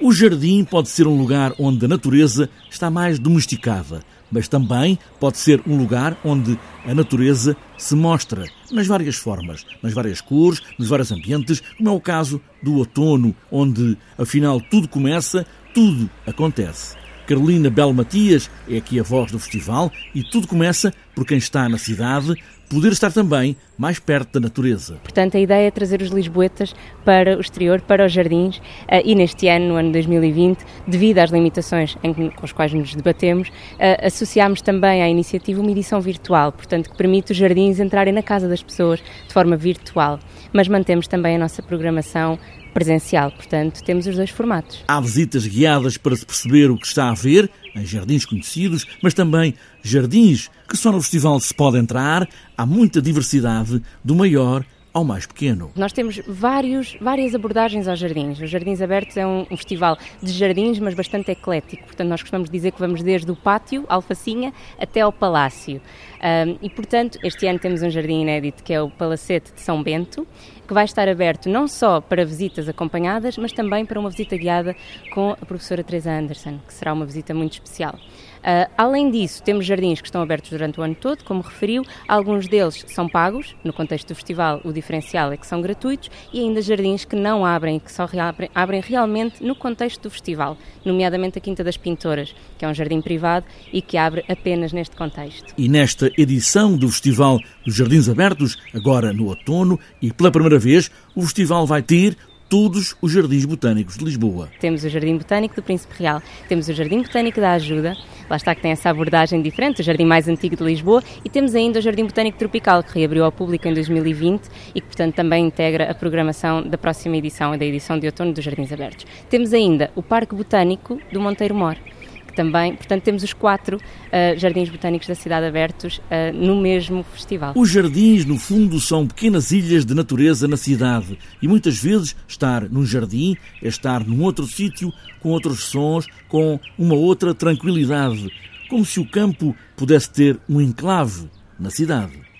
O jardim pode ser um lugar onde a natureza está mais domesticada, mas também pode ser um lugar onde a natureza se mostra nas várias formas, nas várias cores, nos vários ambientes, como é o caso do outono, onde, afinal, tudo começa, tudo acontece. Carolina Belo Matias é aqui a voz do festival e tudo começa por quem está na cidade poder estar também mais perto da natureza. Portanto, a ideia é trazer os lisboetas para o exterior, para os jardins, e neste ano, no ano 2020, devido às limitações com as quais nos debatemos, associámos também à iniciativa uma edição virtual, portanto, que permite os jardins entrarem na casa das pessoas de forma virtual, mas mantemos também a nossa programação presencial, portanto, temos os dois formatos. Há visitas guiadas para se perceber o que está a ver, em jardins conhecidos, mas também jardins que só no festival se pode entrar. Há muita diversidade, do maior ao mais pequeno. Nós temos várias abordagens aos jardins. Os Jardins Abertos é um festival de jardins, mas bastante eclético. Portanto, nós costumamos dizer que vamos desde o pátio, Alfacinha, até ao palácio. E, portanto, este ano temos um jardim inédito, que é o Palacete de São Bento, que vai estar aberto não só para visitas acompanhadas, mas também para uma visita guiada com a professora Teresa Anderson, que será uma visita muito especial. Além disso, temos jardins que estão abertos durante o ano todo, como referiu. Alguns deles são pagos. No contexto do festival, o diferencial é que são gratuitos, e ainda jardins que não abrem, que só abrem realmente no contexto do festival, nomeadamente a Quinta das Pintoras, que é um jardim privado e que abre apenas neste contexto. E nesta edição do Festival dos Jardins Abertos, agora no outono, e pela primeira vez, o festival vai ter todos os Jardins Botânicos de Lisboa. Temos o Jardim Botânico do Príncipe Real, temos o Jardim Botânico da Ajuda, lá está, que tem essa abordagem diferente, o jardim mais antigo de Lisboa, e temos ainda o Jardim Botânico Tropical, que reabriu ao público em 2020 e que, portanto, também integra a programação da próxima edição, da edição de outono dos Jardins Abertos. Temos ainda o Parque Botânico do Monteiro Mor, também, portanto, temos os 4 jardins botânicos da cidade abertos no mesmo festival. Os jardins, no fundo, são pequenas ilhas de natureza na cidade e muitas vezes estar num jardim é estar num outro sítio, com outros sons, com uma outra tranquilidade, como se o campo pudesse ter um enclave na cidade.